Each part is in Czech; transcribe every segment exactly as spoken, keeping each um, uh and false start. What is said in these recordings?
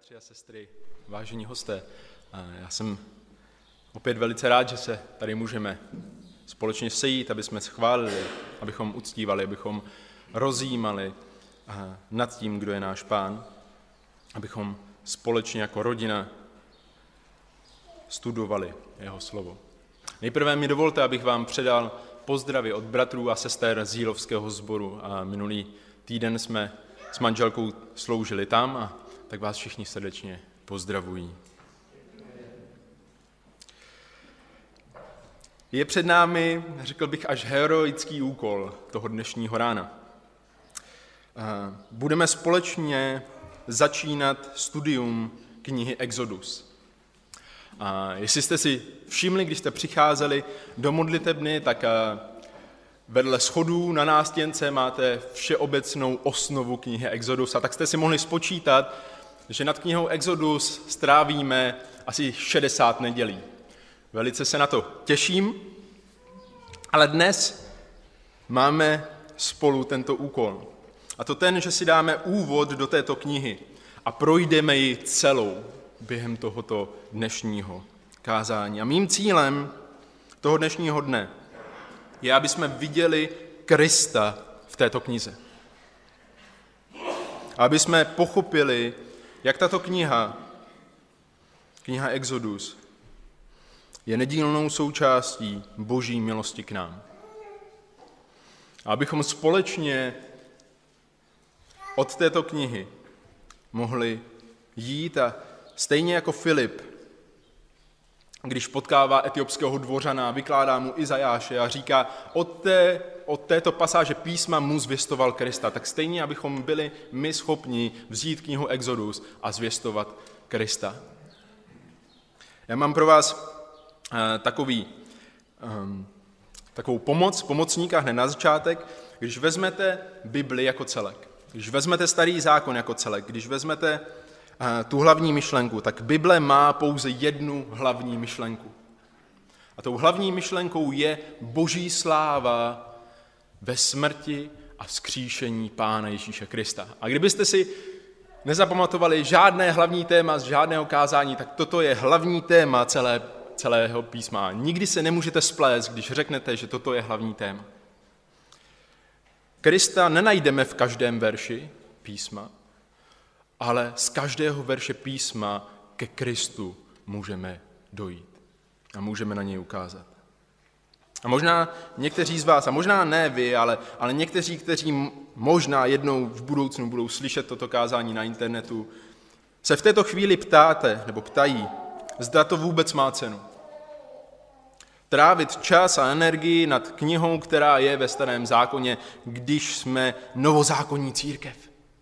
Bratři a sestry, vážení hosté, já jsem opět velice rád, že se tady můžeme společně sejít, aby jsme schválili, abychom uctívali, abychom rozjímali nad tím, kdo je náš Pán, abychom společně jako rodina studovali jeho slovo. Nejprve mi dovolte, abych vám předal pozdravy od bratrů a sester z Jílovského sboru. A minulý týden jsme s manželkou sloužili tam a tak vás všichni srdečně pozdravují. Je před námi, řekl bych, až heroický úkol toho dnešního rána. Budeme společně začínat studium knihy Exodus. A jestli jste si všimli, když jste přicházeli do modlitebny, tak vedle schodů na nástěnce máte všeobecnou osnovu knihy Exodus. A tak jste si mohli spočítat, že nad knihou Exodus strávíme asi šedesát nedělí. Velice se na to těším, ale dnes máme spolu tento úkol. A to ten, že si dáme úvod do této knihy a projdeme ji celou během tohoto dnešního kázání. A mým cílem toho dnešního dne je, aby jsme viděli Krista v této knize. Aby jsme pochopili, jak tato kniha, kniha Exodus, je nedílnou součástí Boží milosti k nám. A abychom společně od této knihy mohli jít a stejně jako Filip, když potkává etiopského dvořana, vykládá mu Izajáše a říká, od, té, od této pasáže písma mu zvěstoval Krista, tak stejně, abychom byli my schopni vzít knihu Exodus a zvěstovat Krista. Já mám pro vás uh, takový, um, takovou pomoc, pomocníka hned na začátek, když vezmete Bibli jako celek, když vezmete Starý zákon jako celek, když vezmete tu hlavní myšlenku, tak Bible má pouze jednu hlavní myšlenku. A tou hlavní myšlenkou je Boží sláva ve smrti a vzkříšení Pána Ježíše Krista. A kdybyste si nezapamatovali žádné hlavní téma z žádného kázání, tak toto je hlavní téma celé, celého písma. Nikdy se nemůžete splést, když řeknete, že toto je hlavní téma. Krista nenajdeme v každém verši písma, ale z každého verše písma ke Kristu můžeme dojít a můžeme na něj ukázat. A možná někteří z vás, a možná ne vy, ale, ale někteří, kteří možná jednou v budoucnu budou slyšet toto kázání na internetu, se v této chvíli ptáte, nebo ptají, zda to vůbec má cenu. Trávit čas a energii nad knihou, která je ve Starém zákoně, když jsme novozákonní církev.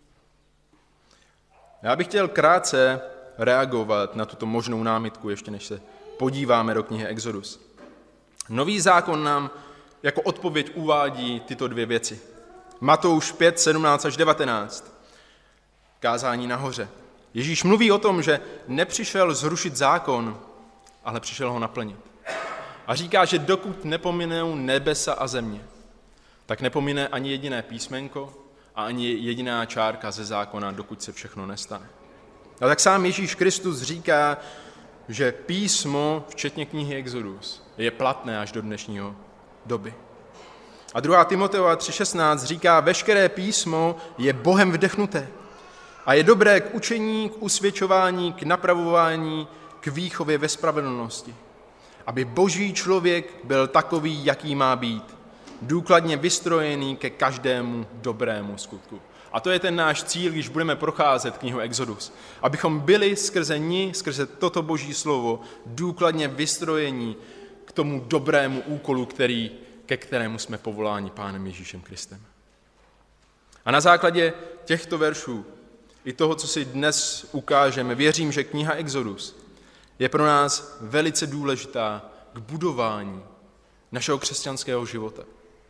Já bych chtěl krátce reagovat na tuto možnou námitku, ještě než se podíváme do knihy Exodus. Nový zákon nám jako odpověď uvádí tyto dvě věci. Matouš pět, sedmnáct až devatenáct. Kázání nahoře. Ježíš mluví o tom, že nepřišel zrušit zákon, ale přišel ho naplnit. A říká, že dokud nepominou nebesa a země, tak nepomine ani jediné písmenko, a ani jediná čárka ze zákona, dokud se všechno nestane. A tak sám Ježíš Kristus říká, že písmo, včetně knihy Exodus, je platné až do dnešního doby. A druhá Timoteova tři šestnáct říká, veškeré písmo je Bohem vdechnuté a je dobré k učení, k usvědčování, k napravování, k výchově ve spravedlnosti, aby boží člověk byl takový, jaký má být, důkladně vystrojený ke každému dobrému skutku. A to je ten náš cíl, když budeme procházet knihu Exodus. Abychom byli skrze ní, skrze toto boží slovo, důkladně vystrojení k tomu dobrému úkolu, který, ke kterému jsme povoláni Pánem Ježíšem Kristem. A na základě těchto veršů i toho, co si dnes ukážeme, věřím, že kniha Exodus je pro nás velice důležitá k budování našeho křesťanského života.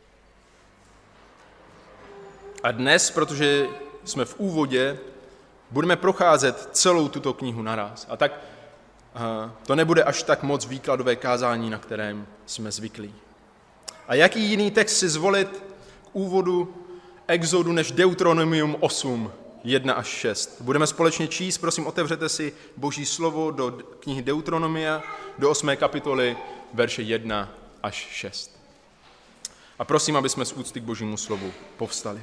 A dnes, protože jsme v úvodě, budeme procházet celou tuto knihu naraz. A tak to nebude až tak moc výkladové kázání, na kterém jsme zvyklí. A jaký jiný text si zvolit k úvodu Exodu než Deuteronomium osm, jedna až šest. Budeme společně číst, prosím, otevřete si Boží slovo do knihy Deuteronomia, do osmé kapitoly, verše jedna až šest. A prosím, aby jsme z úcty k Božímu slovu povstali.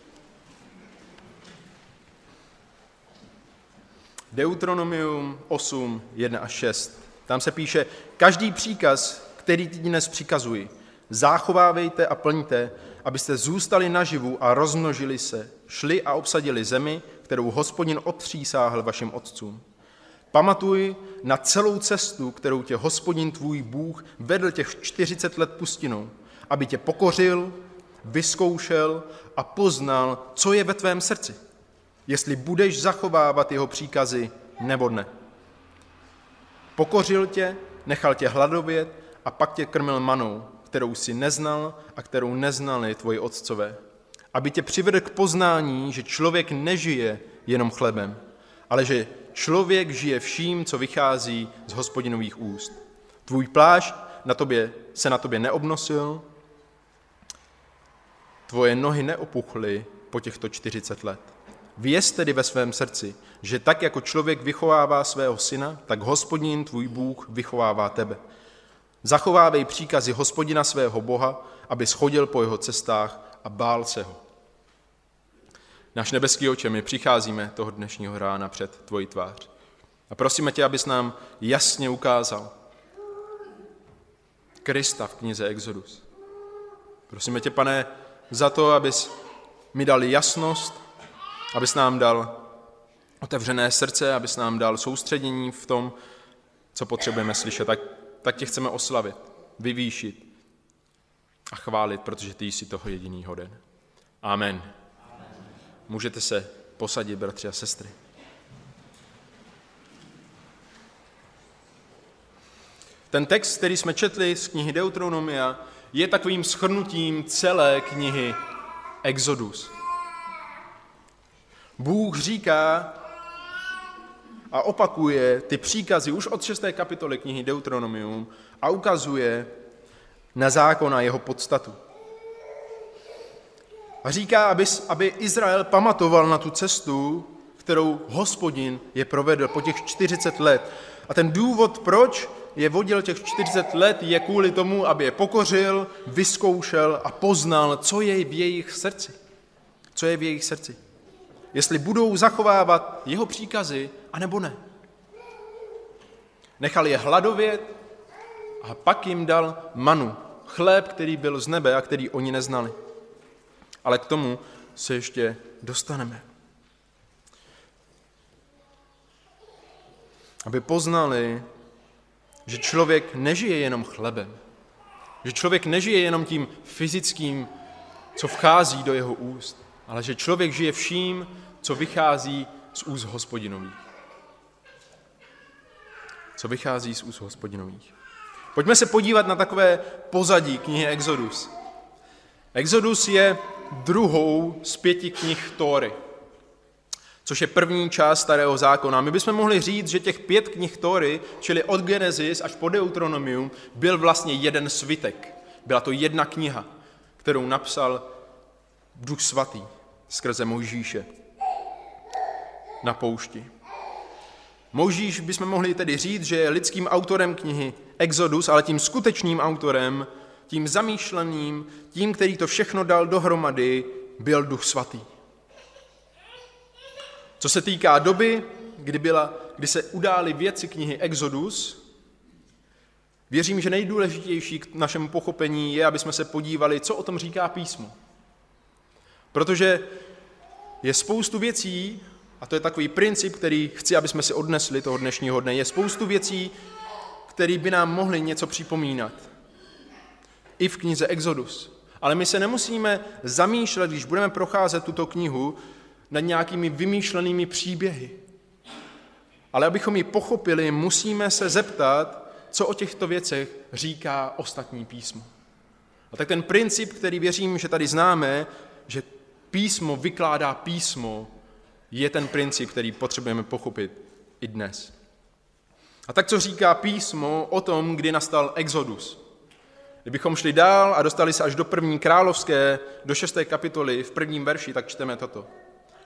Deuteronomium osm, jedna až šest. Tam se píše, každý příkaz, který ti dnes přikazuji, zachovávejte a plňte, abyste zůstali naživu a rozmnožili se, šli a obsadili zemi, kterou Hospodin odpřísáhl vašim otcům. Pamatuj na celou cestu, kterou tě Hospodin tvůj Bůh vedl těch čtyřicet let pustinou, aby tě pokořil, vyzkoušel a poznal, co je ve tvém srdci, jestli budeš zachovávat jeho příkazy nebo ne. Pokořil tě, nechal tě hladovět a pak tě krmil manou, kterou jsi neznal a kterou neznali tvoji otcové, aby tě přivedl k poznání, že člověk nežije jenom chlebem, ale že člověk žije vším, co vychází z Hospodinových úst. Tvůj plášť na tobě, se na tobě neobnosil, tvoje nohy neopuchly po těchto čtyřicet let. Věz tedy ve svém srdci, že tak jako člověk vychovává svého syna, tak Hospodin tvůj Bůh vychovává tebe. Zachovávej příkazy Hospodina svého Boha, aby schodil po jeho cestách a bál se ho. Náš nebeský Otče, my přicházíme toho dnešního rána před tvoji tvář. A prosíme tě, abys nám jasně ukázal Krista v knize Exodus. Prosíme tě, Pane, za to, abys mi dal jasnost, abys nám dal otevřené srdce, abys nám dal soustředění v tom, co potřebujeme slyšet. Tak, tak tě chceme oslavit, vyvýšit a chválit, protože ty jsi toho jediný hoden. Amen. Můžete se posadit, bratři a sestry. Ten text, který jsme četli z knihy Deuteronomia, je takovým shrnutím celé knihy Exodus. Bůh říká a opakuje ty příkazy už od šesté kapitoly knihy Deuteronomium a ukazuje na zákon a jeho podstatu. A říká, aby, aby Izrael pamatoval na tu cestu, kterou Hospodin je provedl po těch čtyřicet let. A ten důvod, proč je vodil těch čtyřicet let, je kvůli tomu, aby je pokořil, vyzkoušel a poznal, co je v jejich srdci. Co je v jejich srdci. Jestli budou zachovávat jeho příkazy, anebo ne. Nechal je hladovět a pak jim dal manu, chléb, který byl z nebe a který oni neznali. Ale k tomu se ještě dostaneme. Aby poznali, že člověk nežije jenom chlebem. Že člověk nežije jenom tím fyzickým, co vchází do jeho úst, ale že člověk žije vším, co vychází z úst Hospodinových. Co vychází z úst Hospodinových. Pojďme se podívat na takové pozadí knihy Exodus. Exodus je druhou z pěti knih Tóry, což je první část Starého zákona. My bychom mohli říct, že těch pět knih Tóry, čili od Genesis až po Deuteronomium, byl vlastně jeden svitek. Byla to jedna kniha, kterou napsal Duch Svatý skrze Mojžíše na poušti. Mojžíš bychom mohli tedy říct, že je lidským autorem knihy Exodus, ale tím skutečným autorem, tím zamýšleným, tím, který to všechno dal dohromady, byl Duch Svatý. Co se týká doby, kdy, byla, kdy se udály věci knihy Exodus, věřím, že nejdůležitější k našemu pochopení je, aby jsme se podívali, co o tom říká písmo. Protože je spoustu věcí, a to je takový princip, který chci, aby jsme si odnesli toho dnešního dne, je spoustu věcí, které by nám mohly něco připomínat. I v knize Exodus. Ale my se nemusíme zamýšlet, když budeme procházet tuto knihu, nad nějakými vymýšlenými příběhy. Ale abychom ji pochopili, musíme se zeptat, co o těchto věcech říká ostatní písmo. A tak ten princip, který věřím, že tady známe, že písmo vykládá písmo, je ten princip, který potřebujeme pochopit i dnes. A tak co říká písmo o tom, kdy nastal Exodus? Kdybychom šli dál a dostali se až do první královské, do šesté kapitoly, v prvním verši, tak čteme toto.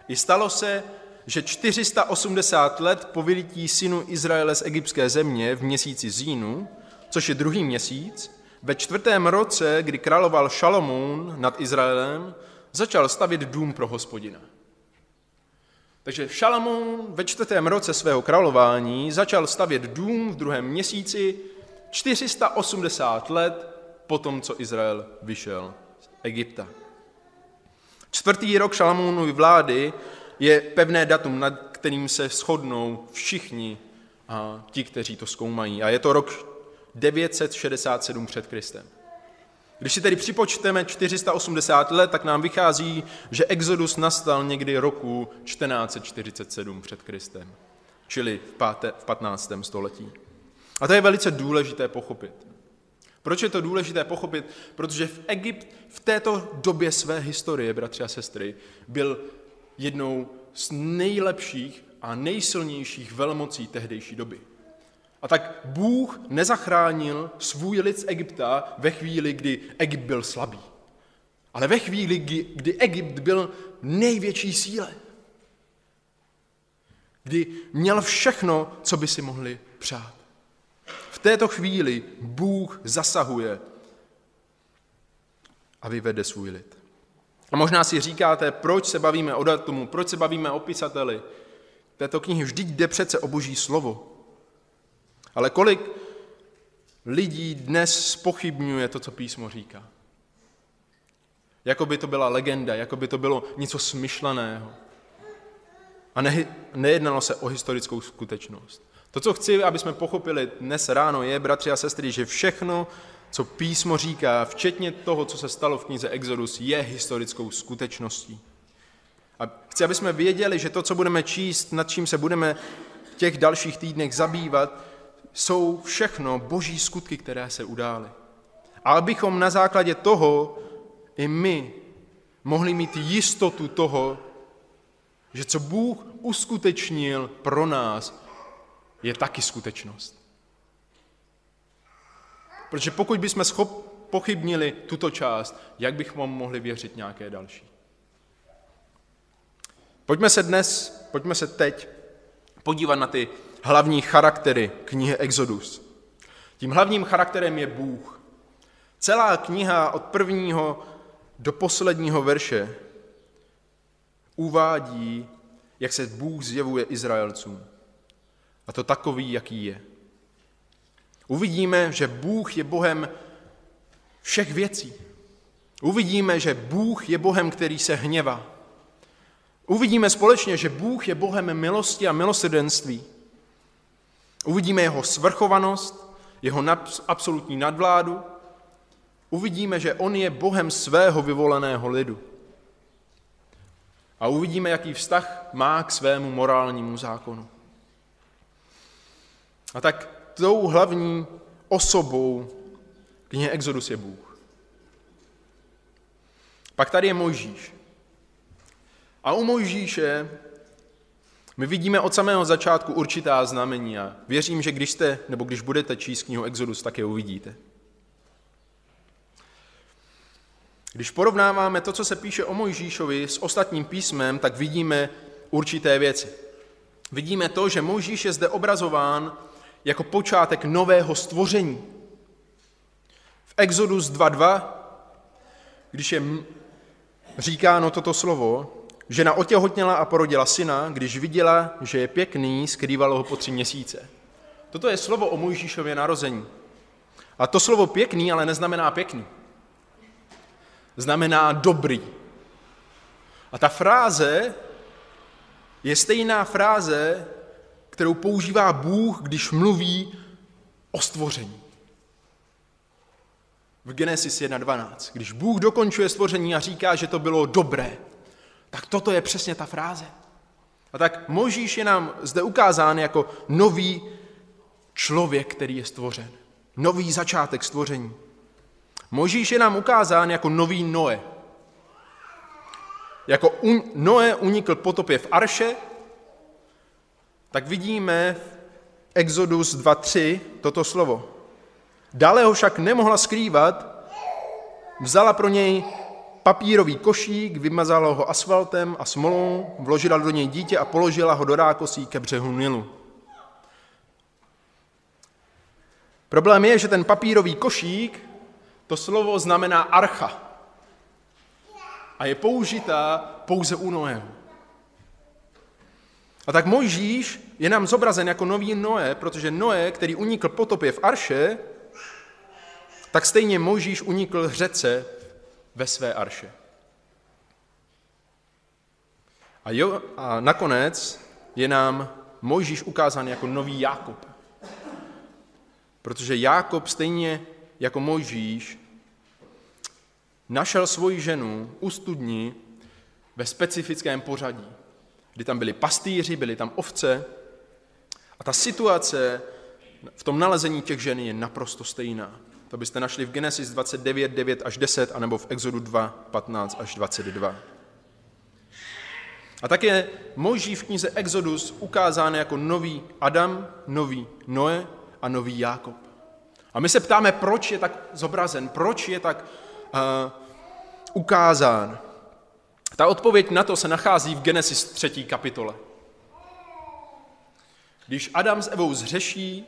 I stalo se, že čtyři sta osmdesát let po vylití synu Izraele z egyptské země v měsíci Zínu, což je druhý měsíc, ve čtvrtém roce, kdy královal Šalomoun nad Izraelem, začal stavět dům pro Hospodina. Takže Šalamoun ve čtvrtém roce svého králování začal stavět dům v druhém měsíci čtyři sta osmdesát let po tom, co Izrael vyšel z Egypta. Čtvrtý rok Šalamounovy vlády je pevné datum, nad kterým se shodnou všichni a ti, kteří to zkoumají. A je to rok devět set šedesát sedm před Kristem. Když si tedy připočteme čtyři sta osmdesát let, tak nám vychází, že Exodus nastal někdy roku čtrnáct set čtyřicet sedm před Kristem, čili v, páté, v patnáctém století. A to je velice důležité pochopit. Proč je to důležité pochopit? Protože v Egypt v této době své historie, bratři a sestry, byl jednou z nejlepších a nejsilnějších velmocí tehdejší doby. A tak Bůh nezachránil svůj lid z Egypta ve chvíli, kdy Egypt byl slabý. Ale ve chvíli, kdy Egypt byl největší síle. Kdy měl všechno, co by si mohli přát. V této chvíli Bůh zasahuje a vyvede svůj lid. A možná si říkáte, proč se bavíme o datumu, proč se bavíme o pisateli této knihy. Vždyť jde přece o Boží slovo. Ale kolik lidí dnes zpochybňuje to, co písmo říká. Jako by to byla legenda, jako by to bylo něco smyšleného. A ne, nejednalo se o historickou skutečnost. To, co chci, aby jsme pochopili dnes ráno, je, bratři a sestry, že všechno, co písmo říká, včetně toho, co se stalo v knize Exodus, je historickou skutečností. A chci, aby jsme věděli, že to, co budeme číst, nad čím se budeme v těch dalších týdnech zabývat, jsou všechno boží skutky, které se udály. A abychom na základě toho i my mohli mít jistotu toho, že co Bůh uskutečnil pro nás, je taky skutečnost. Protože pokud bychom schop, pochybnili tuto část, jak bychom mohli věřit nějaké další? Pojďme se dnes, pojďme se teď podívat na ty hlavní charaktery knihy Exodus. Tím hlavním charakterem je Bůh. Celá kniha od prvního do posledního verše uvádí, jak se Bůh zjevuje Izraelcům. A to takový, jaký je. Uvidíme, že Bůh je Bohem všech věcí. Uvidíme, že Bůh je Bohem, který se hněvá. Uvidíme společně, že Bůh je Bohem milosti a milosrdenství. Uvidíme jeho svrchovanost, jeho absolutní nadvládu. Uvidíme, že on je Bohem svého vyvoleného lidu. A uvidíme, jaký vztah má k svému morálnímu zákonu. A tak tou hlavní osobou knihy Exodus je Bůh. Pak tady je Mojžíš. A u Mojžíše my vidíme od samého začátku určitá znamení a věřím, že když jste, nebo když budete číst knihu Exodus, tak je uvidíte. Když porovnáváme to, co se píše o Mojžíšovi s ostatním písmem, tak vidíme určité věci. Vidíme to, že Mojžíš je zde obrazován jako počátek nového stvoření. V Exodus dva dva, když je říkáno toto slovo, žena otěhotněla a porodila syna, když viděla, že je pěkný, skrývalo ho po tři měsíce. Toto je slovo o Mojžíšově narození. A to slovo pěkný ale neznamená pěkný. Znamená dobrý. A ta fráze je stejná fráze, kterou používá Bůh, když mluví o stvoření. V Genesis jedna dvanáct. Když Bůh dokončuje stvoření a říká, že to bylo dobré, tak toto je přesně ta fráze. A tak Mojžíš je nám zde ukázán jako nový člověk, který je stvořen. Nový začátek stvoření. Mojžíš je nám ukázán jako nový Noe. Jako un- Noe unikl potopě v Arše, tak vidíme v Exodus dva tři toto slovo. Dále ho však nemohla skrývat, vzala pro něj papírový košík, vymazala ho asfaltem a smolou, vložila do něj dítě a položila ho do rákosí ke břehu Nilu. Problém je, že ten papírový košík, to slovo znamená archa a je použitá pouze u Noého. A tak Mojžíš je nám zobrazen jako nový Noé, protože Noé, který unikl potopě v arše, tak stejně Mojžíš unikl řece ve své arše. A, jo, a nakonec je nám Mojžíš ukázán jako nový Jákob. Protože Jákob stejně jako Mojžíš našel svoji ženu u studni ve specifickém pořadí, kdy tam byli pastýři, byly tam ovce a ta situace v tom nalezení těch žen je naprosto stejná. To byste našli v Genesis dvacet devět, devět až deset, anebo v Exodu dva, patnáct až dvacet dva. A tak je Mojžíš v knize Exodus ukázán jako nový Adam, nový Noé a nový Jákob. A my se ptáme, proč je tak zobrazen, proč je tak uh, ukázán. Ta odpověď na to se nachází v Genesis třetí kapitole. Když Adam s Evou zhřeší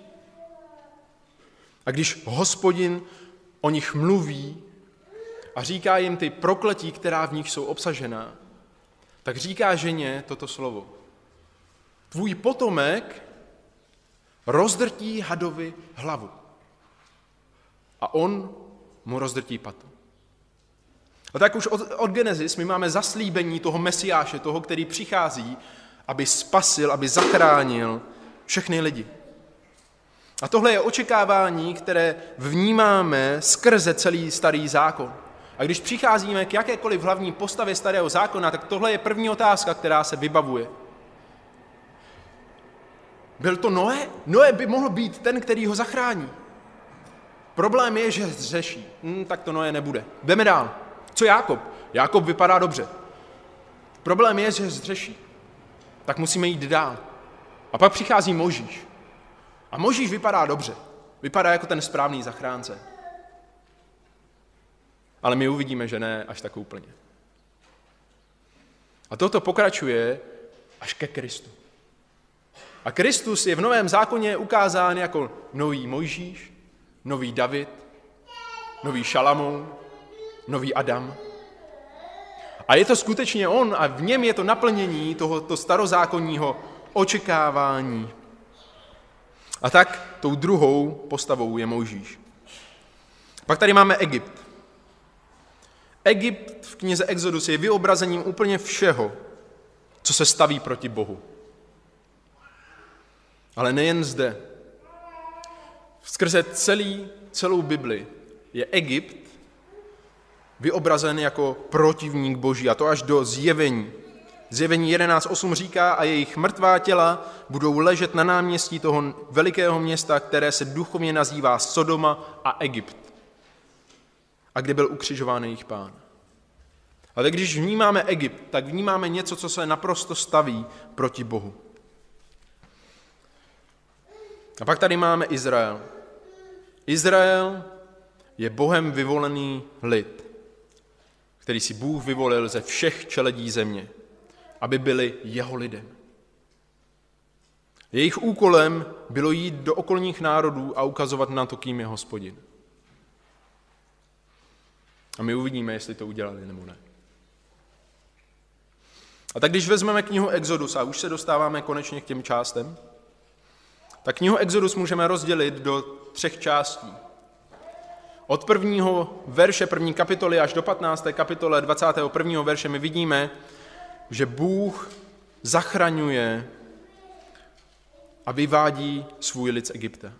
a když Hospodin o nich mluví a říká jim ty prokletí, která v nich jsou obsažená, tak říká ženě toto slovo. Tvůj potomek rozdrtí hadovi hlavu a on mu rozdrtí patu. A tak už od, od Genesis my máme zaslíbení toho Mesiáše, toho, který přichází, aby spasil, aby zachránil všechny lidi. A tohle je očekávání, které vnímáme skrze celý starý zákon. A když přicházíme k jakékoliv hlavní postavě starého zákona, tak tohle je první otázka, která se vybavuje. Byl to Noé? Noé by mohl být ten, který ho zachrání. Problém je, že zřeší. Hm, tak to Noé nebude. Jdeme dál. Co Jákob? Jákob vypadá dobře. Problém je, že zřeší. Tak musíme jít dál. A pak přichází Mojžíš. A Mojžíš vypadá dobře. Vypadá jako ten správný zachránce. Ale my uvidíme, že ne až tak úplně. A toto pokračuje až ke Kristu. A Kristus je v Novém zákoně ukázán jako nový Mojžíš, nový David, nový Šalamoun, nový Adam. A je to skutečně on a v něm je to naplnění tohoto starozákonního očekávání. A tak tou druhou postavou je Mojžíš. Pak tady máme Egypt. Egypt v knize Exodus je vyobrazením úplně všeho, co se staví proti Bohu. Ale nejen zde. Skrze celý, celou Bibli je Egypt vyobrazen jako protivník Boží, a to až do Zjevení. Zjevení jedenáct osm říká, a jejich mrtvá těla budou ležet na náměstí toho velikého města, které se duchovně nazývá Sodoma a Egypt. A kde byl ukřižován jejich pán. Ale když vnímáme Egypt, tak vnímáme něco, co se naprosto staví proti Bohu. A pak tady máme Izrael. Izrael je Bohem vyvolený lid, který si Bůh vyvolil ze všech čeledí země, aby byli jeho lidem. Jejich úkolem bylo jít do okolních národů a ukazovat na to, kým je Hospodin. A my uvidíme, jestli to udělali nebo ne. A tak když vezmeme knihu Exodus, a už se dostáváme konečně k těm částem, tak knihu Exodus můžeme rozdělit do třech částí. Od prvního verše první kapitoly až do patnácté kapitole dvacátého prvního verše my vidíme, že Bůh zachraňuje a vyvádí svůj lid z Egypta.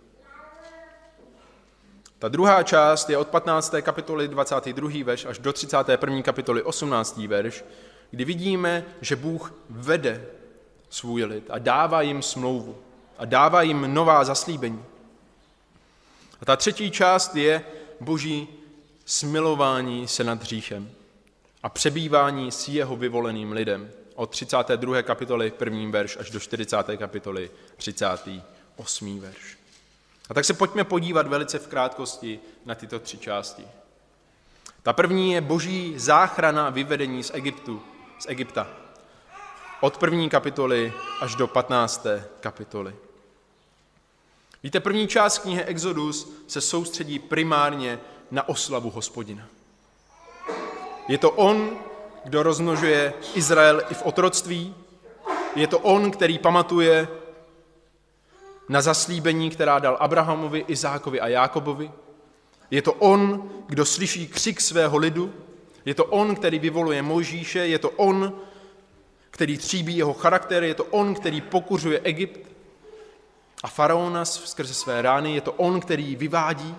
Ta druhá část je od patnácté kapitoly dvacátý druhý verš až do třicáté první kapitoly osmnáctý verš, kdy vidíme, že Bůh vede svůj lid a dává jim smlouvu a dává jim nová zaslíbení. A ta třetí část je Boží smilování se nad hříchem a přebývání s jeho vyvoleným lidem od třicáté druhé kapitoly první verš až do čtyřicáté kapitoly třicátý osmý verš. A tak se pojďme podívat velice v krátkosti na tyto tři části. Ta první je boží záchrana a vyvedení z Egyptu, z Egypta. Od první kapitoly až do patnácté kapitoly. Víte, první část knihy Exodus se soustředí primárně na oslavu Hospodina. Je to on, kdo rozmnožuje Izrael i v otroctví. Je to on, který pamatuje na zaslíbení, která dal Abrahamovi, Izákovi a Jákobovi. Je to on, kdo slyší křik svého lidu. Je to on, který vyvoluje Mojžíše. Je to on, který tříbí jeho charakter. Je to on, který pokuřuje Egypt a faraona skrze své rány. Je to on, který vyvádí.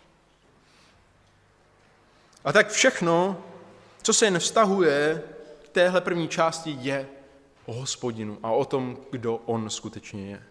A tak všechno, co se jen vztahuje k téhle první části, je o Hospodinu a o tom, kdo on skutečně je.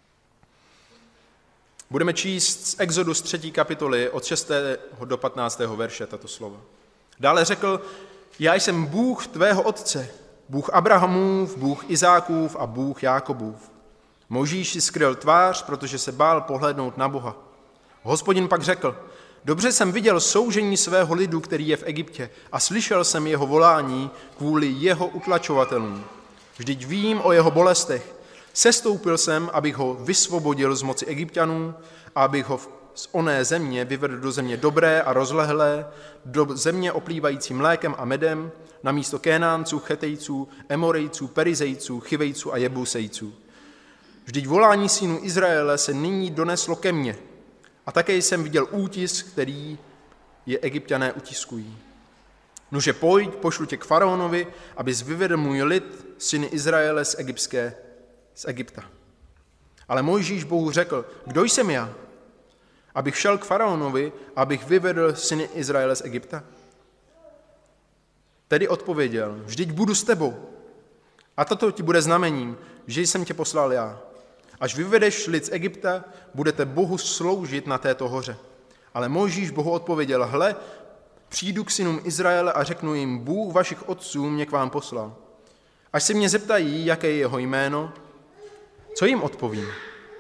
Budeme číst z Exodus třetí kapitoly od šestého do patnáctého verše tato slova. Dále řekl, já jsem Bůh tvého otce, Bůh Abrahamův, Bůh Izákův a Bůh Jákobův. Mojžíš si skryl tvář, protože se bál pohlédnout na Boha. Hospodin pak řekl, dobře jsem viděl soužení svého lidu, který je v Egyptě, a slyšel jsem jeho volání kvůli jeho utlačovatelům. Vždyť vím o jeho bolestech. Sestoupil jsem, abych ho vysvobodil z moci Egypťanů a abych ho z oné země vyvedl do země dobré a rozlehlé, do země oplývající mlékem a medem, na místo Kénánců, Chetejců, Emorejců, Perizejců, Chivejců a Jebusejců. Vždyť volání synů Izraele se nyní doneslo ke mně a také jsem viděl útisk, který je Egypťané utiskují. Nuže pojď, pošlu tě k faraonovi, abys vyvedl můj lid, syny Izraele z egyptské, z Egypta. Ale Mojžíš Bohu řekl, kdo jsem já, abych šel k faraonovi, abych vyvedl syny Izraele z Egypta? Tedy odpověděl, vždyť budu s tebou. A toto ti bude znamením, že jsem tě poslal já. Až vyvedeš lid z Egypta, budete Bohu sloužit na této hoře. Ale Mojžíš Bohu odpověděl, hle, přijdu k synům Izraele a řeknu jim, Bůh vašich otců mě k vám poslal. Až se mě zeptají, jaké je jeho jméno, co jim odpovím?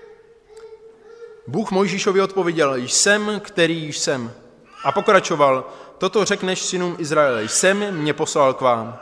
Bůh Mojžíšovi odpověděl, jsem, který jsem. A pokračoval, toto řekneš synům Izraele, jsem mě poslal k vám.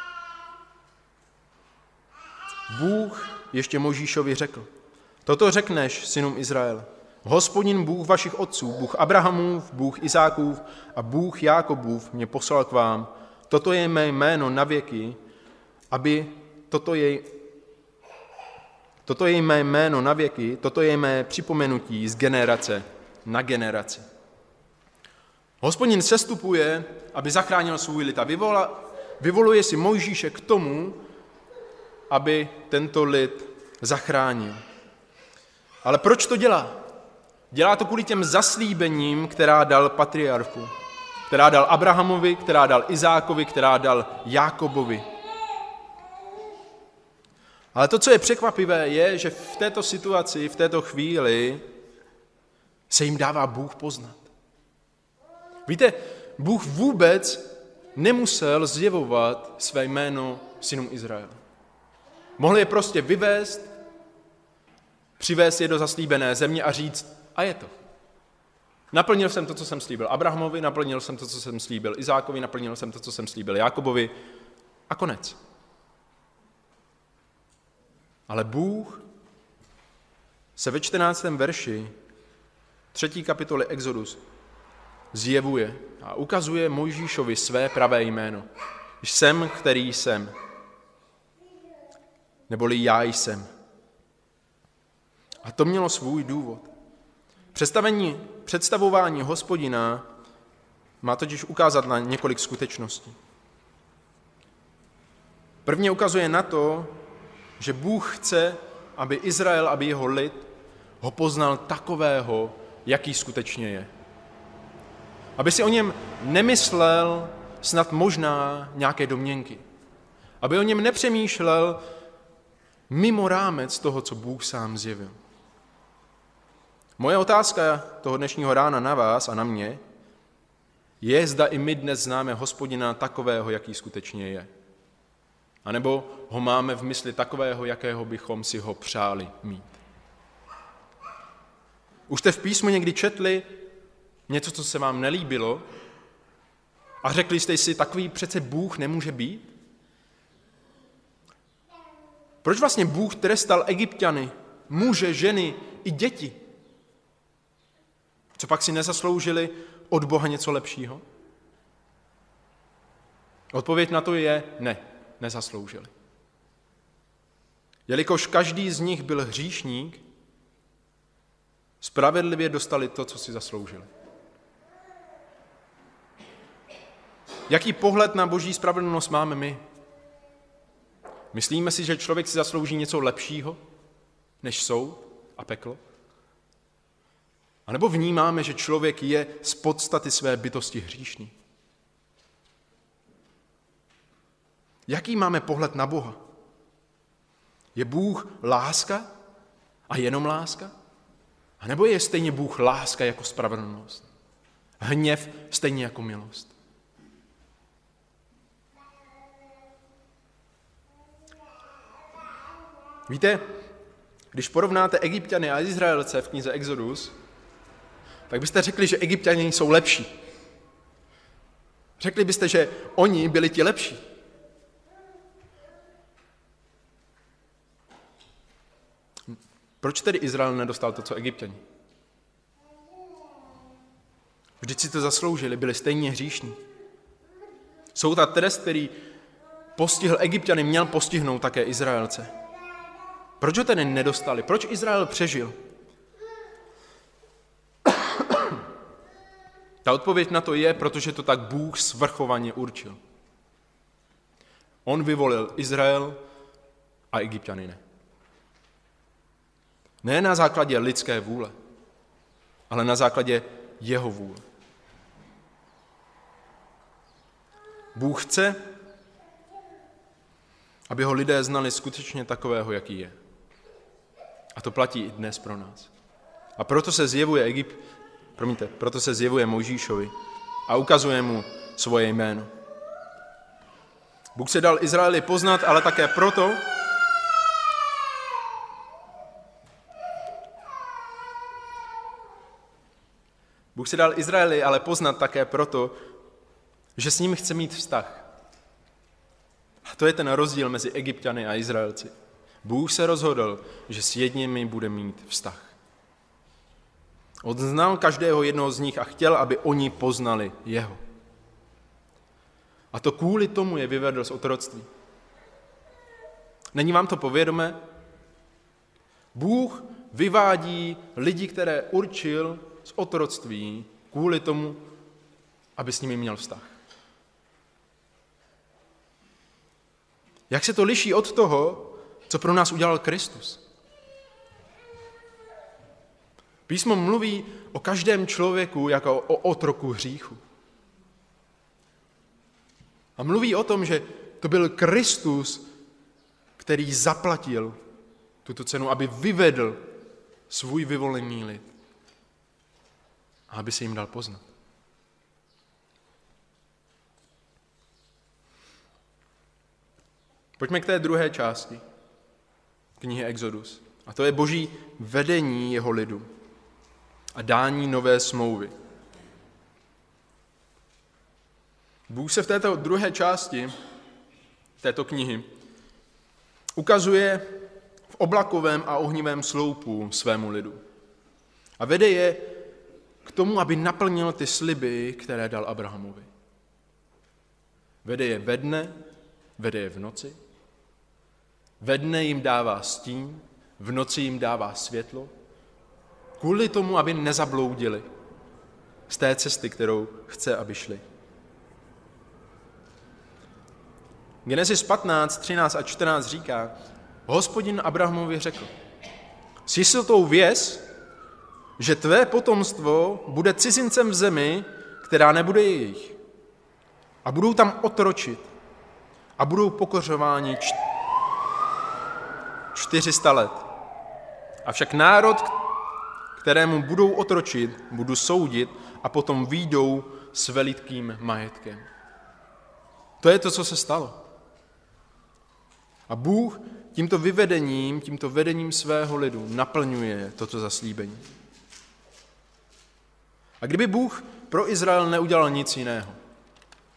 Bůh ještě Mojžíšovi řekl, toto řekneš synům Izraele. Hospodin Bůh vašich otců, Bůh Abrahamův, Bůh Izákův a Bůh Jákobův mě poslal k vám. Toto je mé jméno na věky, aby toto je, toto je mé jméno na věky, toto je mé připomenutí z generace na generaci. Hospodin sestupuje, aby zachránil svůj lid a vyvola, vyvoluje si Mojžíše k tomu, aby tento lid zachránil. Ale proč to dělá? Dělá to kvůli těm zaslíbením, která dal patriarchu, která dal Abrahamovi, která dal Izákovi, která dal Jákobovi. Ale to, co je překvapivé, je, že v této situaci, v této chvíli se jim dává Bůh poznat. Víte, Bůh vůbec nemusel zjevovat své jméno synům Izraele. Mohl je prostě vyvést, přivést je do zaslíbené země a říct, a je to. Naplnil jsem to, co jsem slíbil Abrahamovi, naplnil jsem to, co jsem slíbil Izákovi, naplnil jsem to, co jsem slíbil Jákobovi a konec. Ale Bůh se ve čtrnáctém verši třetí kapitoly Exodus zjevuje a ukazuje Mojžíšovi své pravé jméno. Jsem, který jsem. Neboli já jsem. A to mělo svůj důvod. Představení, představování Hospodina má totiž ukázat na několik skutečností. Prvně ukazuje na to, že Bůh chce, aby Izrael, aby jeho lid ho poznal takového, jaký skutečně je. Aby si o něm nemyslel snad možná nějaké domněnky. Aby o něm nepřemýšlel mimo rámec toho, co Bůh sám zjevil. Moje otázka toho dnešního rána na vás a na mě je, zda i my dnes známe Hospodina takového, jaký skutečně je. A nebo ho máme v mysli takového, jakého bychom si ho přáli mít. Už jste v písmu někdy četli něco, co se vám nelíbilo? A řekli jste si, takový přece Bůh nemůže být? Proč vlastně Bůh trestal Egypťany, muže, ženy i děti? Co pak si nezasloužili od Boha něco lepšího? Odpověď na to je ne, nezasloužili. Jelikož každý z nich byl hříšník, spravedlivě dostali to, co si zasloužili. Jaký pohled na boží spravedlnost máme my? Myslíme si, že člověk si zaslouží něco lepšího, než soud a peklo? A nebo vnímáme, že člověk je z podstaty své bytosti hříšný? Jaký máme pohled na Boha? Je Bůh láska a jenom láska? A nebo je stejně Bůh láska jako spravedlnost? Hněv stejně jako milost? Víte, když porovnáte Egypťany a Izraelce v knize Exodus, tak byste řekli, že Egypťané jsou lepší. Řekli byste, že oni byli ti lepší. Proč tedy Izrael nedostal to, co Egypťani? Vždyť si to zasloužili, byli stejně hříšní. Jsou ta trest, který postihl Egypťany, měl postihnout také Izraelce. Proč ho tedy nedostali? Proč Izrael přežil? Ta odpověď na to je, protože to tak Bůh svrchovaně určil. On vyvolil Izrael a Egypťany ne. Ne na základě lidské vůle, ale na základě jeho vůle. Bůh chce, aby ho lidé znali skutečně takového, jaký je. A to platí i dnes pro nás. A proto se zjevuje Egypt, promiňte, proto se zjevuje Mojžíšovi a ukazuje mu svoje jméno. Bůh se dal Izraeli poznat, ale také proto, Bůh se dal Izraeli ale poznat také proto, že s ním chce mít vztah. A to je ten rozdíl mezi Egypťany a Izraelci. Bůh se rozhodl, že s jedněmi bude mít vztah. On znal každého jednoho z nich a chtěl, aby oni poznali jeho. A to kvůli tomu je vyvedl z otroctví. Není vám to povědomé? Bůh vyvádí lidi, které určil z otroctví kvůli tomu, aby s nimi měl vztah. Jak se to liší od toho, co pro nás udělal Kristus? Písmo mluví o každém člověku jako o otroku hříchu. A mluví o tom, že to byl Kristus, který zaplatil tuto cenu, aby vyvedl svůj vyvolený lid a aby se jim dal poznat. Pojďme k té druhé části knihy Exodus. A to je boží vedení jeho lidu a dání nové smlouvy. Bůh se v této druhé části této knihy ukazuje v oblakovém a ohnivém sloupu svému lidu. A vede je k tomu, aby naplnil ty sliby, které dal Abrahamovi. Vede je ve dne, vede je v noci. Ve dne jim dává stín, v noci jim dává světlo, kvůli tomu, aby nezabloudili z té cesty, kterou chce, aby šli. Genesis patnáct, třináct a čtrnáct říká, Hospodin Abrahamovi řekl, s jistotou věz, že tvé potomstvo bude cizincem v zemi, která nebude jejich. A budou tam otročit a budou pokořováni čtyři sta let. Avšak národ, kterému budou otročit, budu soudit a potom vyjdou s velikým majetkem. To je to, co se stalo. A Bůh tímto vyvedením, tímto vedením svého lidu naplňuje toto zaslíbení. A kdyby Bůh pro Izrael neudělal nic jiného,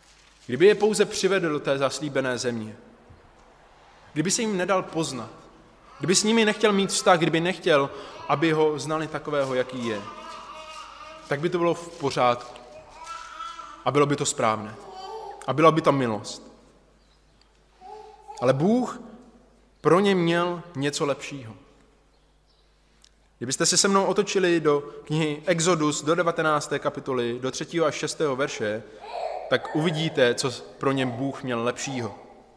Kdyby je pouze přivedl do té zaslíbené země, kdyby se jim nedal poznat, kdyby s nimi nechtěl mít vztah, kdyby nechtěl, aby ho znali takového, jaký je, tak by to bylo v pořádku. A bylo by to správné. A byla by to milost. Ale Bůh pro ně měl něco lepšího. Kdybyste se se mnou otočili do knihy Exodus, do devatenácté kapitoly, do třetího až šestého verše, tak uvidíte, co pro ně Bůh měl lepšího.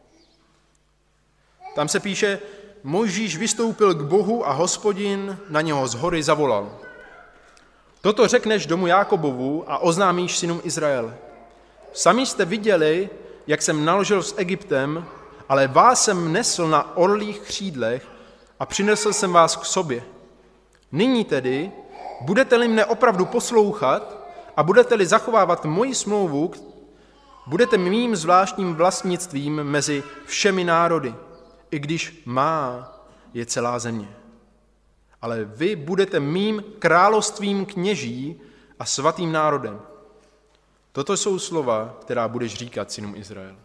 Tam se píše, Mojžíš vystoupil k Bohu a Hospodin na něho z hory zavolal. Toto řekneš domu Jákobovu a oznámíš synům Izraele. Sami jste viděli, jak jsem naložil s Egyptem, ale vás jsem nesl na orlích křídlech a přinesl jsem vás k sobě. Nyní tedy, budete-li mne opravdu poslouchat a budete-li zachovávat moji smlouvu, budete mým zvláštním vlastnictvím mezi všemi národy, i když má je celá země. Ale vy budete mým královstvím kněží a svatým národem. Toto jsou slova, která budeš říkat synům Izraele.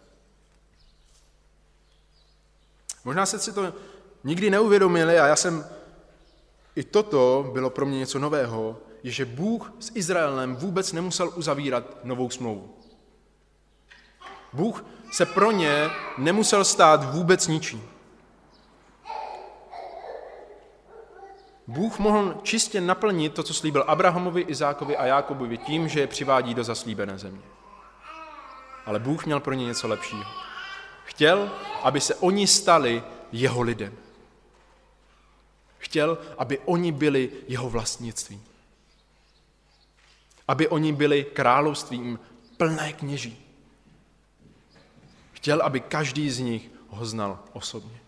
Možná jste si to nikdy neuvědomili a já jsem, i toto bylo pro mě něco nového, je, že Bůh s Izraelem vůbec nemusel uzavírat novou smlouvu. Bůh se pro ně nemusel stát vůbec ničím. Bůh mohl čistě naplnit to, co slíbil Abrahamovi, Izákovi a Jákobovi tím, že je přivádí do zaslíbené země. Ale Bůh měl pro ně něco lepšího. Chtěl, aby se oni stali jeho lidem. Chtěl, aby oni byli jeho vlastnictvím. Aby oni byli královstvím plné kněží. Chtěl, aby každý z nich ho znal osobně.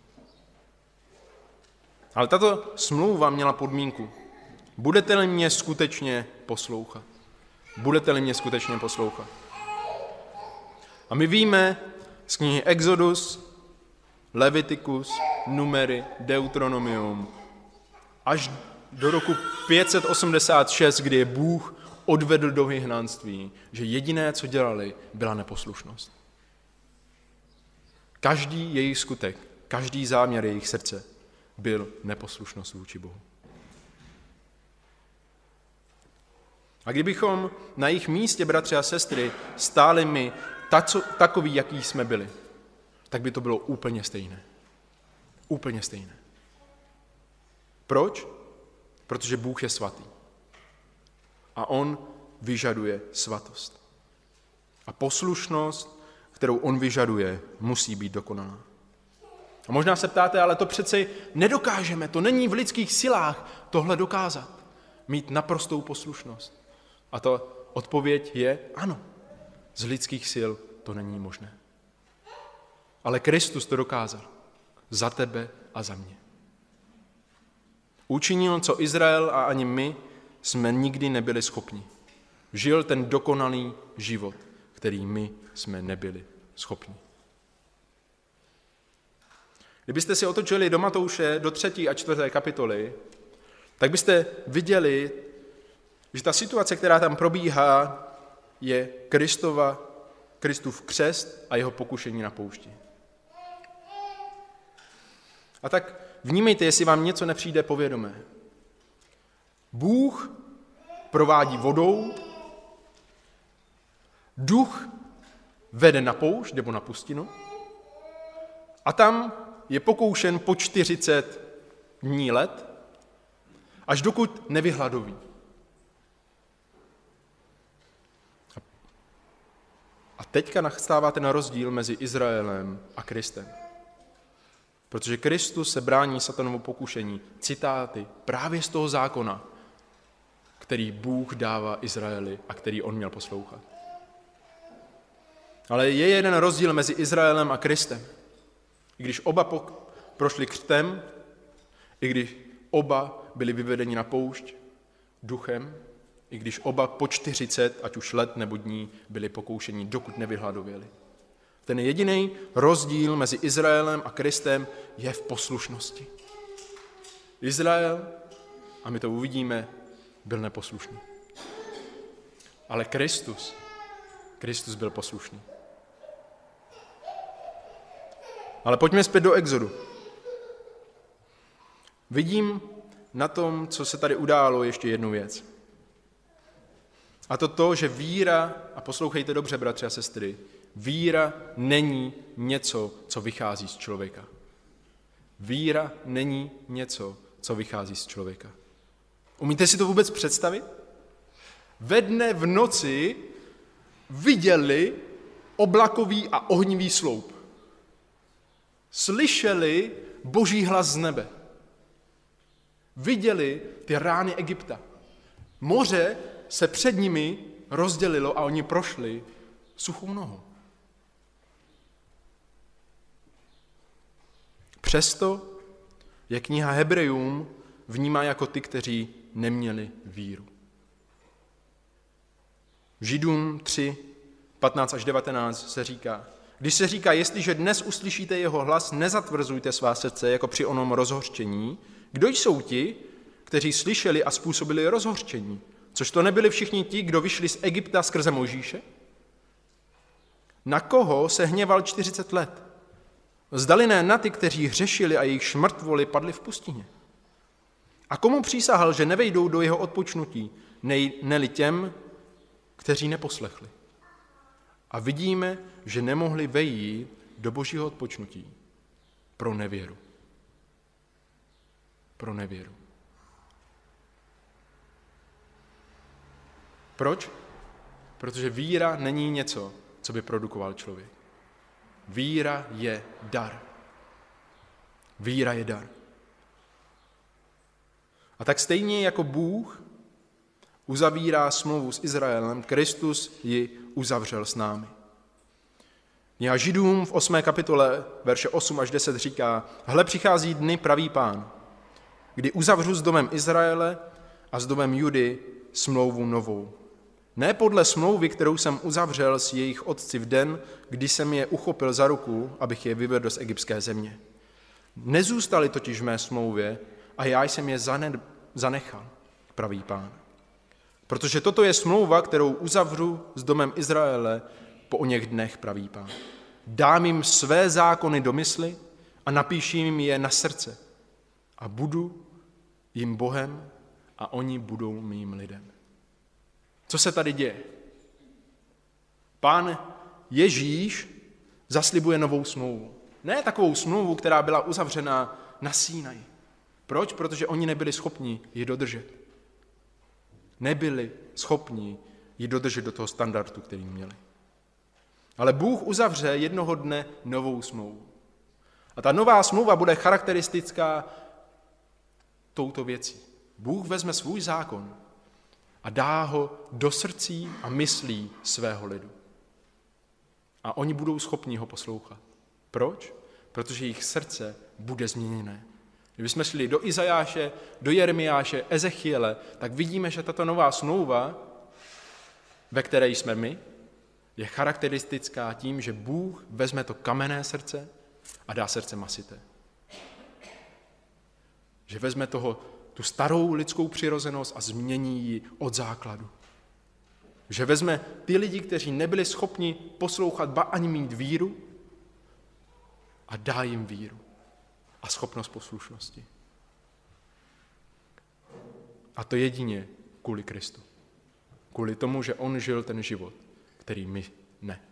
Ale tato smlouva měla podmínku. Budete-li mě skutečně poslouchat? Budete-li mě skutečně poslouchat? A my víme z knihy Exodus, Levitikus, Numery, Deuteronomium, až do roku pět set osmdesát šest, kdy je Bůh odvedl do vyhnanství, že jediné, co dělali, byla neposlušnost. Každý jejich skutek, každý záměr jejich srdce byl neposlušnost vůči Bohu. A kdybychom na jejich místě, bratři a sestry, stáli my takoví, jaký jsme byli, tak by to bylo úplně stejné. Úplně stejné. Proč? Protože Bůh je svatý. A on vyžaduje svatost. A poslušnost, kterou on vyžaduje, musí být dokonalá. A možná se ptáte, ale to přece nedokážeme, to není v lidských silách tohle dokázat. Mít naprostou poslušnost. A ta odpověď je ano. Z lidských sil to není možné. Ale Kristus to dokázal. Za tebe a za mě. Učinil, co Izrael a ani my jsme nikdy nebyli schopni. Žil ten dokonalý život, který my jsme nebyli schopni. Kdybyste si otočili do Matouše, do třetí a čtvrté kapitoly, tak byste viděli, že ta situace, která tam probíhá, je Kristova, Kristův křest a jeho pokušení na poušti. A tak vnímejte, jestli vám něco nepřijde povědomé. Bůh provádí vodou, duch vede na poušť nebo na pustinu a tam je pokoušen po čtyřicet dní let, až dokud nevyhladoví. A teďka nastává ten rozdíl mezi Izraelem a Kristem. Protože Kristus se brání satanovu pokušení citáty právě z toho zákona, který Bůh dává Izraeli a který on měl poslouchat. Ale je jeden rozdíl mezi Izraelem a Kristem. I když oba prošli křtem, i když oba byli vyvedeni na poušť duchem, i když oba po čtyřicet, ať už let nebo dní, byli pokoušeni, dokud nevyhladověli. Ten jediný rozdíl mezi Izraelem a Kristem je v poslušnosti. Izrael, a my to uvidíme, byl neposlušný. Ale Kristus, Kristus byl poslušný. Ale pojďme zpět do Exodu. Vidím na tom, co se tady událo, ještě jednu věc. A to to, že víra, a poslouchejte dobře, bratři a sestry, víra není něco, co vychází z člověka. Víra není něco, co vychází z člověka. Umíte si to vůbec představit? Ve dne v noci viděli oblakový a ohnivý sloup. Slyšeli Boží hlas z nebe. Viděli ty rány Egypta. Moře se před nimi rozdělilo a oni prošli suchou nohou. Přesto je kniha Hebrejům vnímá jako ty, kteří neměli víru. Židům tři, patnáct až devatenáct se říká, když se říká, jestliže dnes uslyšíte jeho hlas, nezatvrzujte svá srdce jako při onom rozhořčení. Kdo jsou ti, kteří slyšeli a způsobili rozhořčení? Což to nebyli všichni ti, kdo vyšli z Egypta skrze Mojžíše? Na koho se hněval čtyřicet let? Zdali ne na ty, kteří hřešili a jejich mrtvoly padly v pustině. A komu přísahal, že nevejdou do jeho odpočnutí, nej, neli těm, kteří neposlechli. A vidíme, že nemohli vejít do Božího odpočnutí pro nevěru. Pro nevěru. Proč? Protože víra není něco, co by produkoval člověk. Víra je dar. Víra je dar. A tak stejně jako Bůh uzavírá smlouvu s Izraelem, Kristus ji uzavřel s námi. Kniha Židům v osmé kapitole, verše osm až deset říká, hle přichází dny, pravý Pán, kdy uzavřu s domem Izraele a s domem Judy smlouvu novou. Ne podle smlouvy, kterou jsem uzavřel s jejich otci v den, kdy jsem je uchopil za ruku, abych je vyvedl z egyptské země. Nezůstali totiž v mé smlouvě a já jsem je zanechal, pravý Pán. Protože toto je smlouva, kterou uzavřu s domem Izraele po oněch dnech, pravý Pán. Dám jim své zákony do mysli a napíším jim je na srdce. A budu jim Bohem a oni budou mým lidem. Co se tady děje? Pán Ježíš zaslibuje novou smlouvu. Ne takovou smlouvu, která byla uzavřena na Sínaji. Proč? Protože oni nebyli schopni ji dodržet. Nebyli schopni ji dodržet do toho standardu, který měli. Ale Bůh uzavře jednoho dne novou smlouvu. A ta nová smlouva bude charakteristická touto věcí. Bůh vezme svůj zákon a dá ho do srdcí a myslí svého lidu. A oni budou schopni ho poslouchat. Proč? Protože jejich srdce bude změněné. Kdybychom šli do Izajáše, do Jeremiáše, Ezechiele, tak vidíme, že tato nová smlouva, ve které jsme my, je charakteristická tím, že Bůh vezme to kamenné srdce a dá srdce masité. Že vezme toho, tu starou lidskou přirozenost a změní ji od základu. Že vezme ty lidi, kteří nebyli schopni poslouchat, ba ani mít víru, a dá jim víru a schopnost poslušnosti. A to jedině kvůli Kristu. Kvůli tomu, že on žil ten život, který my ne.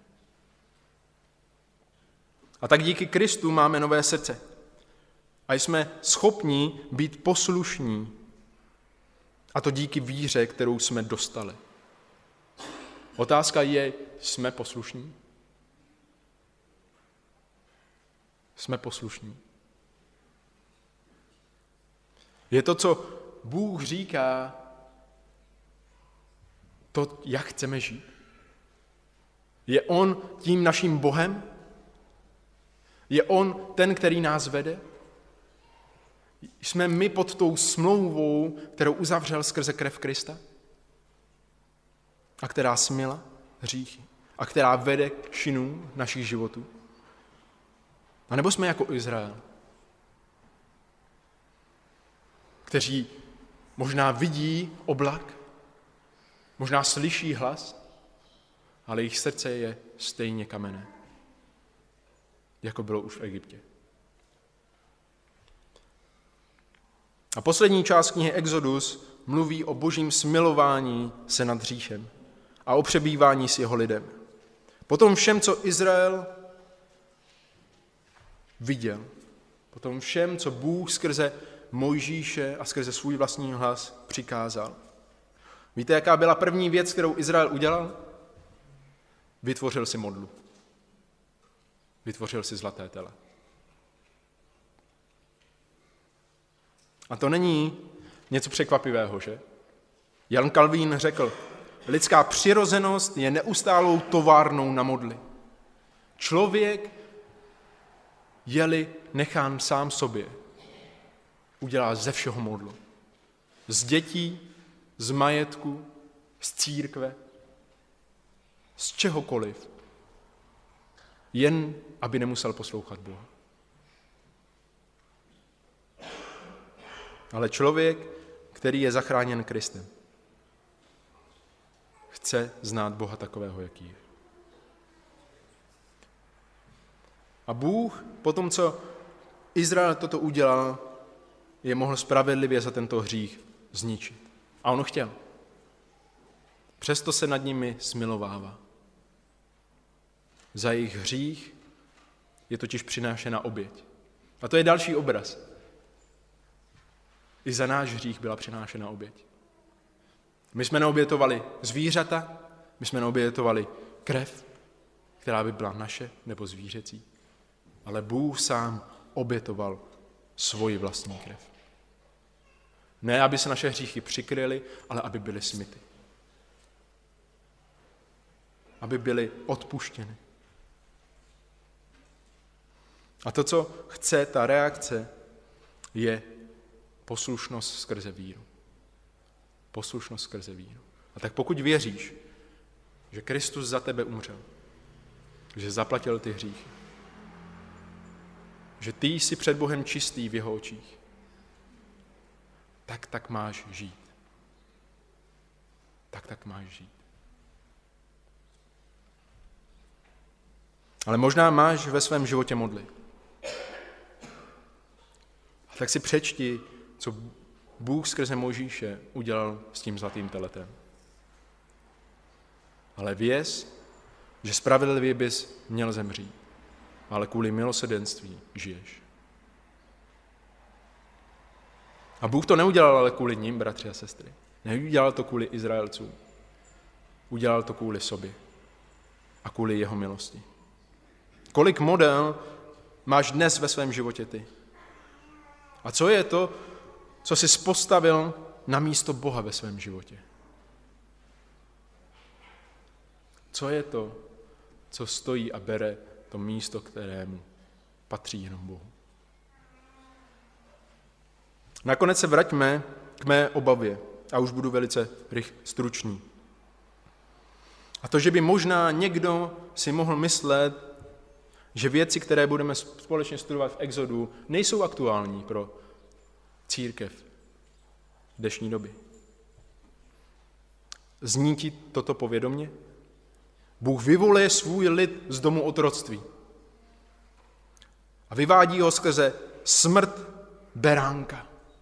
A tak díky Kristu máme nové srdce. A jsme schopni být poslušní. A to díky víře, kterou jsme dostali. Otázka je, jsme poslušní? Jsme poslušní. Je to, co Bůh říká, to, jak chceme žít? Je on tím naším Bohem? Je on ten, který nás vede? Jsme my pod tou smlouvou, kterou uzavřel skrze krev Krista? A která smila hříchy? A která vede k činům našich životů? A nebo jsme jako Izrael, kteří možná vidí oblak, možná slyší hlas, ale jejich srdce je stejně kamenné. jako bylo už v Egyptě. A poslední část knihy Exodus mluví o božím smilování se nad hříchem a o přebývání s jeho lidem. Potom všem, co Izrael viděl, potom všem, co Bůh skrze Mojžíše a skrze svůj vlastní hlas přikázal. Víte, jaká byla první věc, kterou Izrael udělal? Vytvořil si modlu. Vytvořil si zlaté tele. A to není něco překvapivého, že? Jan Kalvín řekl, lidská přirozenost je neustálou továrnou na modly. Člověk, je-li nechán sám sobě, udělá ze všeho modlu. Z dětí, z majetku, z církve, z čehokoliv. Jen, aby nemusel poslouchat Boha. Ale člověk, který je zachráněn Kristem, chce znát Boha takového, jaký je. A Bůh, po tom, co Izrael toto udělal, je mohl spravedlivě za tento hřích zničit. A on chtěl. Přesto se nad nimi smilovává. Za jejich hřích je totiž přinášena oběť. A to je další obraz. I za náš hřích byla přinášena oběť. My jsme neobětovali zvířata, my jsme neobětovali krev, která by byla naše nebo zvířecí, ale Bůh sám obětoval svoji vlastní krev. Ne, aby se naše hříchy přikryly, ale aby byly smyty. Aby byly odpuštěny. A to, co chce ta reakce, je poslušnost skrze víru. Poslušnost skrze víru. A tak pokud věříš, že Kristus za tebe umřel, že zaplatil ty hříchy, že ty jsi před Bohem čistý v jeho očích, tak tak máš žít. Tak tak máš žít. Ale možná máš ve svém životě modly. A tak si přečti, co Bůh skrze Mojžíše udělal s tím zlatým teletem. Ale věz, že spravedlivě bys měl zemřít, ale kvůli milosrdenství žiješ. A Bůh to neudělal ale kvůli nim, bratři a sestry. Neudělal to kvůli Izraelcům. Udělal to kvůli sobě a kvůli jeho milosti. Kolik model máš dnes ve svém životě ty? A co je to, co jsi postavil na místo Boha ve svém životě? Co je to, co stojí a bere to místo, kterému patří jenom Bohu? Nakonec se vraťme k mé obavě a už budu velice rych, stručný. A to, že by možná někdo si mohl myslet, že věci, které budeme společně studovat v Exodu, nejsou aktuální pro církev v dnešní doby. Zní ti toto povědomě? Bůh vyvoluje svůj lid z domu otroctví a vyvádí ho skrze smrt beránka.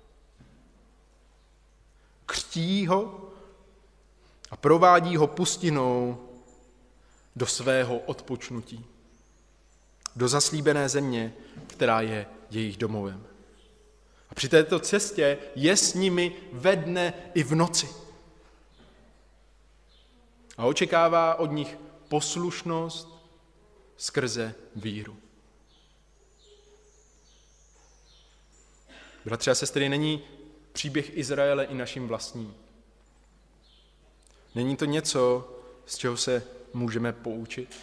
Křtí ho a provádí ho pustinou do svého odpočnutí, do zaslíbené země, která je jejich domovem. A při této cestě je s nimi ve dne i v noci. A očekává od nich poslušnost skrze víru. Bratři a sestry, není příběh Izraele i naším vlastním. Není to něco, z čeho se můžeme poučit?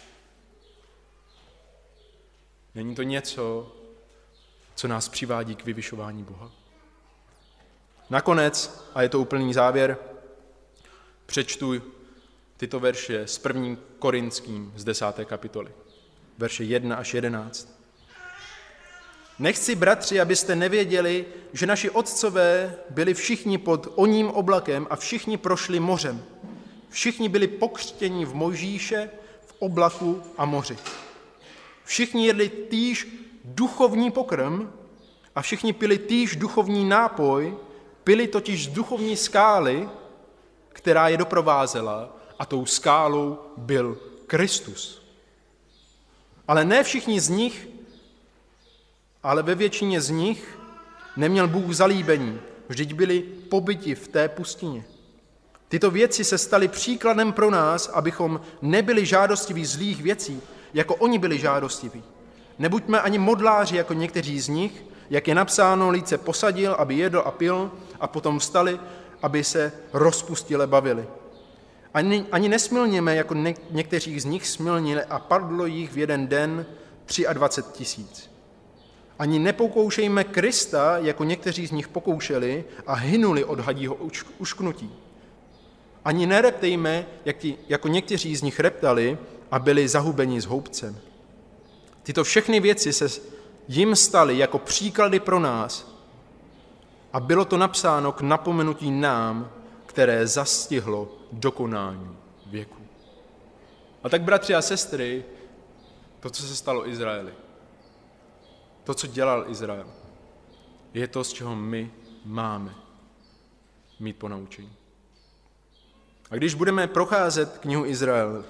Není to něco, co nás přivádí k vyvyšování Boha? Nakonec, a je to úplný závěr, přečtu tyto verše s prvním Korinským z desáté kapitoly. Verše jedna až jedenáct. Nechci, bratři, abyste nevěděli, že naši otcové byli všichni pod oním oblakem a všichni prošli mořem. Všichni byli pokřtěni v Mojžíše, v oblaku a moři. Všichni jedli týž duchovní pokrm a všichni pili týž duchovní nápoj, pili totiž z duchovní skály, která je doprovázela, a tou skálou byl Kristus. Ale ne všichni z nich, ale ve většině z nich neměl Bůh zalíbení, vždyť byli pobyti v té pustině. Tyto věci se staly příkladem pro nás, abychom nebyli žádostiví zlých věcí, jako oni byli žádostiví. Nebuďme ani modláři, jako někteří z nich, jak je napsáno, lid se posadil, aby jedl a pil, a potom vstali, aby se rozpustile bavili. Ani, ani nesmilněme, jako ne, někteří z nich smilnili a padlo jich v jeden den dvacet tři tisíc. Ani nepokoušejme Krista, jako někteří z nich pokoušeli a hynuli od hadího ušknutí. Ani nereptejme, jak ti, jako někteří z nich reptali a byli zahubeni s houbcem. Tyto všechny věci se jim staly jako příklady pro nás a bylo to napsáno k napomenutí nám, které zastihlo dokonání věku. A tak, bratři a sestry, to, co se stalo Izraeli, to, co dělal Izrael, je to, z čeho my máme mít ponaučení. A když budeme procházet knihu Izrael,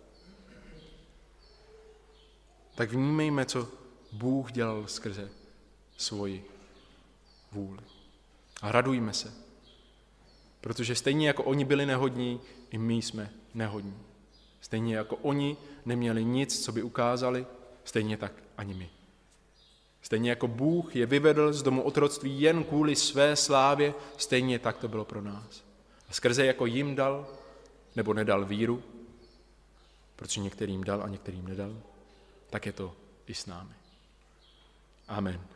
tak vnímejme, co Bůh dělal skrze svoji vůli. A radujme se, protože stejně jako oni byli nehodní, i my jsme nehodní. Stejně jako oni neměli nic, co by ukázali, stejně tak ani my. Stejně jako Bůh je vyvedl z domu otroctví jen kvůli své slávě, stejně tak to bylo pro nás. A skrze jako jim dal, nebo nedal víru, protože některým dal a některým nedal, tak je to i s námi. Amen.